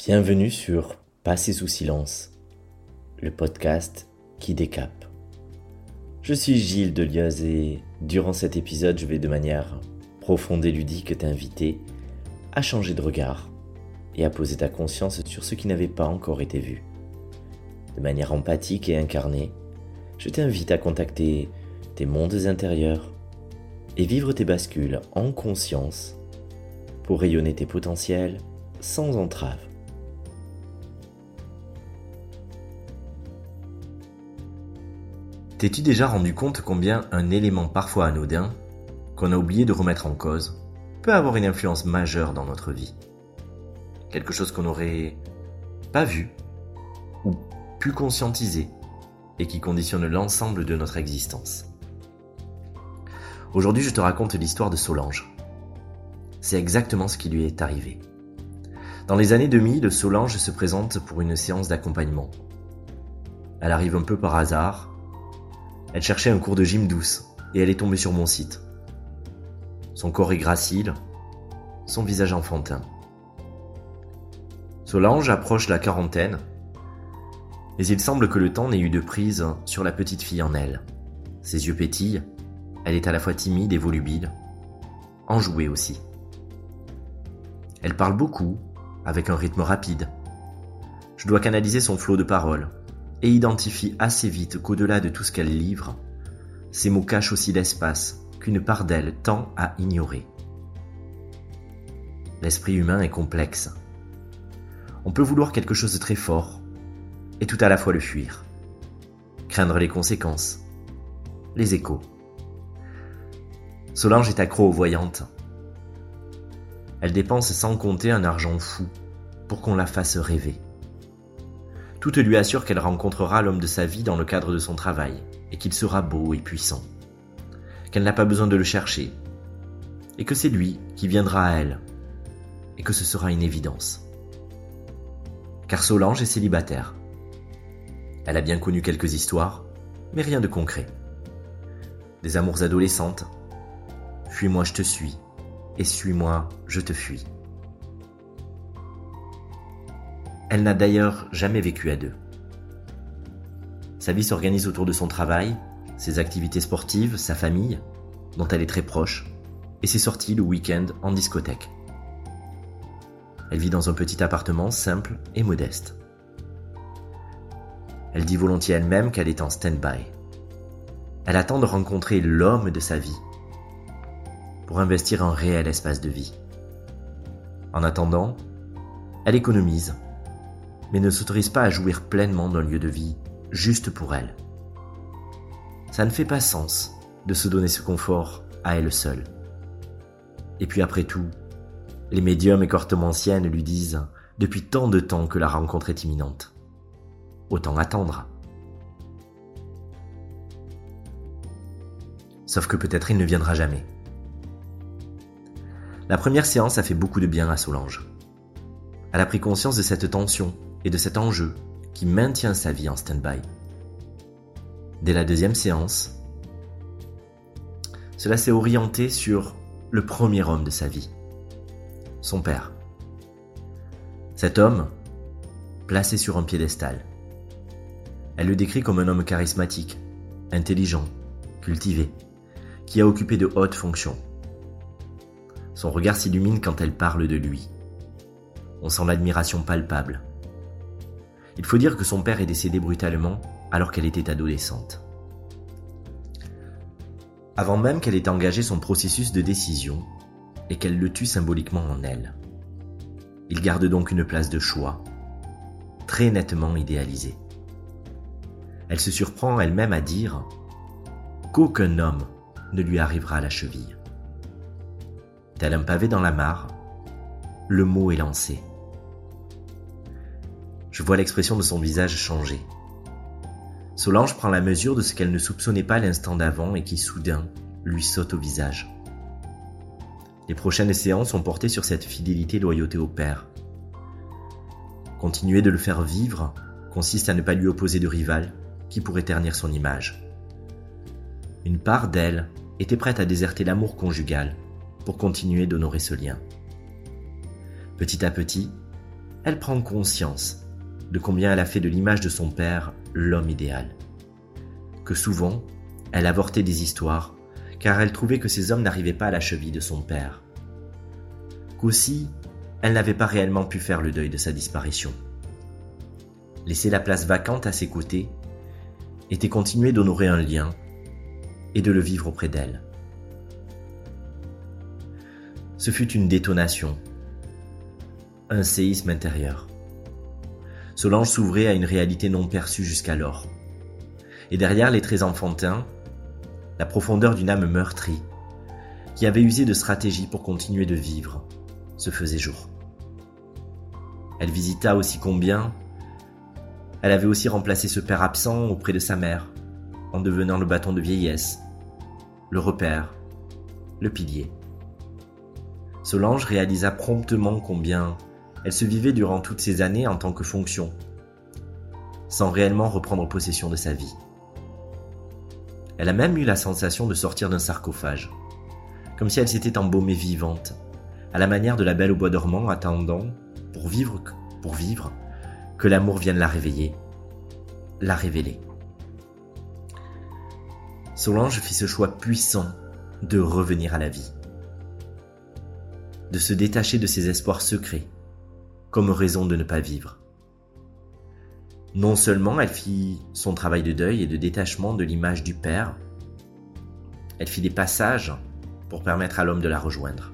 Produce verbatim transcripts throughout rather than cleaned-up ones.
Bienvenue sur Passer sous silence, le podcast qui décape. Je suis Gilles Delioz et durant cet épisode, je vais de manière profonde et ludique t'inviter à changer de regard et à poser ta conscience sur ce qui n'avait pas encore été vu. De manière empathique et incarnée, je t'invite à contacter tes mondes intérieurs et vivre tes bascules en conscience pour rayonner tes potentiels sans entrave. T'es-tu déjà rendu compte combien un élément parfois anodin, qu'on a oublié de remettre en cause, peut avoir une influence majeure dans notre vie? Quelque chose qu'on n'aurait pas vu ou pu conscientiser et qui conditionne l'ensemble de notre existence. Aujourd'hui, je te raconte l'histoire de Solange. C'est exactement ce qui lui est arrivé. Dans les années deux mille, Solange se présente pour une séance d'accompagnement. Elle arrive un peu par hasard. Elle cherchait un cours de gym douce et elle est tombée sur mon site. Son corps est gracile, son visage enfantin. Solange approche la quarantaine, mais il semble que le temps n'ait eu de prise sur la petite fille en elle. Ses yeux pétillent, elle est à la fois timide et volubile, enjouée aussi. Elle parle beaucoup, avec un rythme rapide. Je dois canaliser son flot de paroles et identifie assez vite qu'au-delà de tout ce qu'elle livre, ces mots cachent aussi l'espace qu'une part d'elle tend à ignorer. L'esprit humain est complexe. On peut vouloir quelque chose de très fort et tout à la fois le fuir, craindre les conséquences, les échos. Solange est accro-voyante. Elle dépense sans compter un argent fou pour qu'on la fasse rêver. Tout lui assure qu'elle rencontrera l'homme de sa vie dans le cadre de son travail et qu'il sera beau et puissant, qu'elle n'a pas besoin de le chercher et que c'est lui qui viendra à elle et que ce sera une évidence. Car Solange est célibataire. Elle a bien connu quelques histoires, mais rien de concret. Des amours adolescentes, fuis-moi je te suis et suis-moi je te fuis. Elle n'a d'ailleurs jamais vécu à deux. Sa vie s'organise autour de son travail, ses activités sportives, sa famille, dont elle est très proche, et ses sorties le week-end en discothèque. Elle vit dans un petit appartement simple et modeste. Elle dit volontiers elle-même qu'elle est en stand-by. Elle attend de rencontrer l'homme de sa vie pour investir un réel espace de vie. En attendant, elle économise, mais ne s'autorise pas à jouir pleinement d'un lieu de vie juste pour elle. Ça ne fait pas sens de se donner ce confort à elle seule. Et puis après tout, les médiums et cartomanciennes lui disent depuis tant de temps que la rencontre est imminente. Autant attendre. Sauf que peut-être il ne viendra jamais. La première séance a fait beaucoup de bien à Solange. Elle a pris conscience de cette tension et de cet enjeu qui maintient sa vie en stand-by. Dès la deuxième séance, cela s'est orienté sur le premier homme de sa vie, son père. Cet homme, placé sur un piédestal. Elle le décrit comme un homme charismatique, intelligent, cultivé, qui a occupé de hautes fonctions. Son regard s'illumine quand elle parle de lui. On sent l'admiration palpable. Il faut dire que son père est décédé brutalement alors qu'elle était adolescente. Avant même qu'elle ait engagé son processus de décision et qu'elle le tue symboliquement en elle. Il garde donc une place de choix, très nettement idéalisée. Elle se surprend elle-même à dire qu'aucun homme ne lui arrivera à la cheville. Tel un pavé dans la mare, le mot est lancé. Je vois l'expression de son visage changer. Solange prend la mesure de ce qu'elle ne soupçonnait pas l'instant d'avant et qui soudain lui saute au visage. Les prochaines séances sont portées sur cette fidélité et loyauté au père. Continuer de le faire vivre consiste à ne pas lui opposer de rival qui pourrait ternir son image. Une part d'elle était prête à déserter l'amour conjugal pour continuer d'honorer ce lien. Petit à petit, elle prend conscience de combien elle a fait de l'image de son père l'homme idéal. Que souvent, elle avortait des histoires car elle trouvait que ces hommes n'arrivaient pas à la cheville de son père. Qu'aussi, elle n'avait pas réellement pu faire le deuil de sa disparition. Laisser la place vacante à ses côtés était continuer d'honorer un lien et de le vivre auprès d'elle. Ce fut une détonation, un séisme intérieur. Solange s'ouvrait à une réalité non perçue jusqu'alors. Et derrière les traits enfantins, la profondeur d'une âme meurtrie, qui avait usé de stratégies pour continuer de vivre, se faisait jour. Elle visita aussi combien elle avait aussi remplacé ce père absent auprès de sa mère, en devenant le bâton de vieillesse, le repère, le pilier. Solange réalisa promptement combien elle se vivait durant toutes ces années en tant que fonction, sans réellement reprendre possession de sa vie. Elle a même eu la sensation de sortir d'un sarcophage, comme si elle s'était embaumée vivante, à la manière de la Belle au bois dormant attendant, pour vivre, pour vivre, que l'amour vienne la réveiller, la révéler. Solange fit ce choix puissant de revenir à la vie, de se détacher de ses espoirs secrets, comme raison de ne pas vivre. Non seulement elle fit son travail de deuil et de détachement de l'image du père, elle fit des passages pour permettre à l'homme de la rejoindre.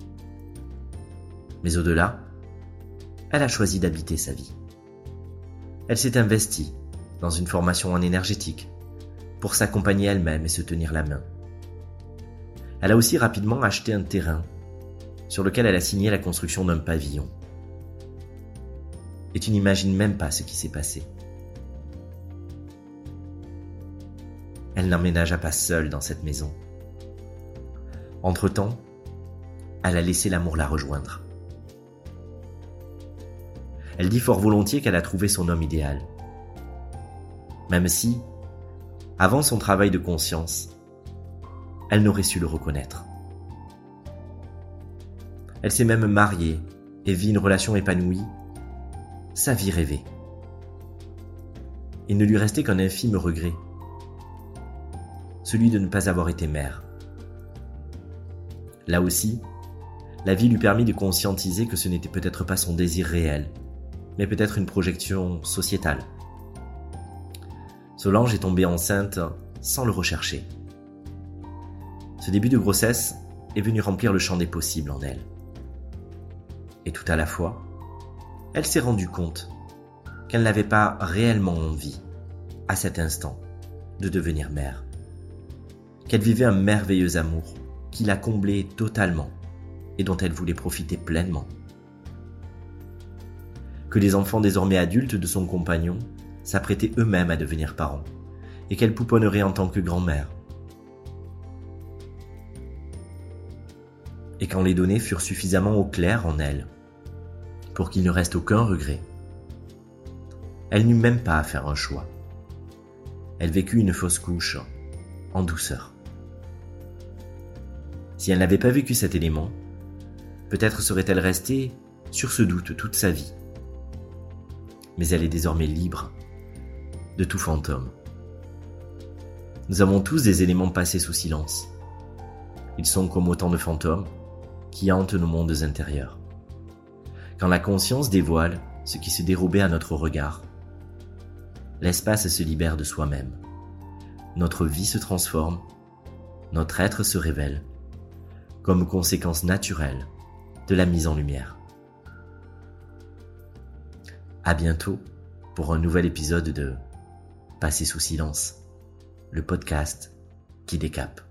Mais au-delà, elle a choisi d'habiter sa vie. Elle s'est investie dans une formation en énergétique pour s'accompagner elle-même et se tenir la main. Elle a aussi rapidement acheté un terrain sur lequel elle a signé la construction d'un pavillon. Et tu n'imagines même pas ce qui s'est passé. Elle n'emménagea pas seule dans cette maison. Entre-temps, elle a laissé l'amour la rejoindre. Elle dit fort volontiers qu'elle a trouvé son homme idéal. Même si, avant son travail de conscience, elle n'aurait su le reconnaître. Elle s'est même mariée et vit une relation épanouie, sa vie rêvée. Il ne lui restait qu'un infime regret, celui de ne pas avoir été mère. Là aussi, la vie lui permit de conscientiser que ce n'était peut-être pas son désir réel, mais peut-être une projection sociétale. Solange est tombée enceinte sans le rechercher. Ce début de grossesse est venu remplir le champ des possibles en elle. Et tout à la fois, elle s'est rendue compte qu'elle n'avait pas réellement envie, à cet instant, de devenir mère. Qu'elle vivait un merveilleux amour qui la comblait totalement et dont elle voulait profiter pleinement. Que les enfants désormais adultes de son compagnon s'apprêtaient eux-mêmes à devenir parents et qu'elle pouponnerait en tant que grand-mère. Et quand les données furent suffisamment au clair en elle pour qu'il ne reste aucun regret, elle n'eut même pas à faire un choix. Elle vécut une fausse couche en douceur. Si elle n'avait pas vécu cet élément, peut-être serait-elle restée sur ce doute toute sa vie. Mais elle est désormais libre de tout fantôme. Nous avons tous des éléments passés sous silence. Ils sont comme autant de fantômes qui hantent nos mondes intérieurs. Quand la conscience dévoile ce qui se dérobait à notre regard, l'espace se libère de soi-même. Notre vie se transforme, notre être se révèle, comme conséquence naturelle de la mise en lumière. À bientôt pour un nouvel épisode de Passer sous silence, le podcast qui décape.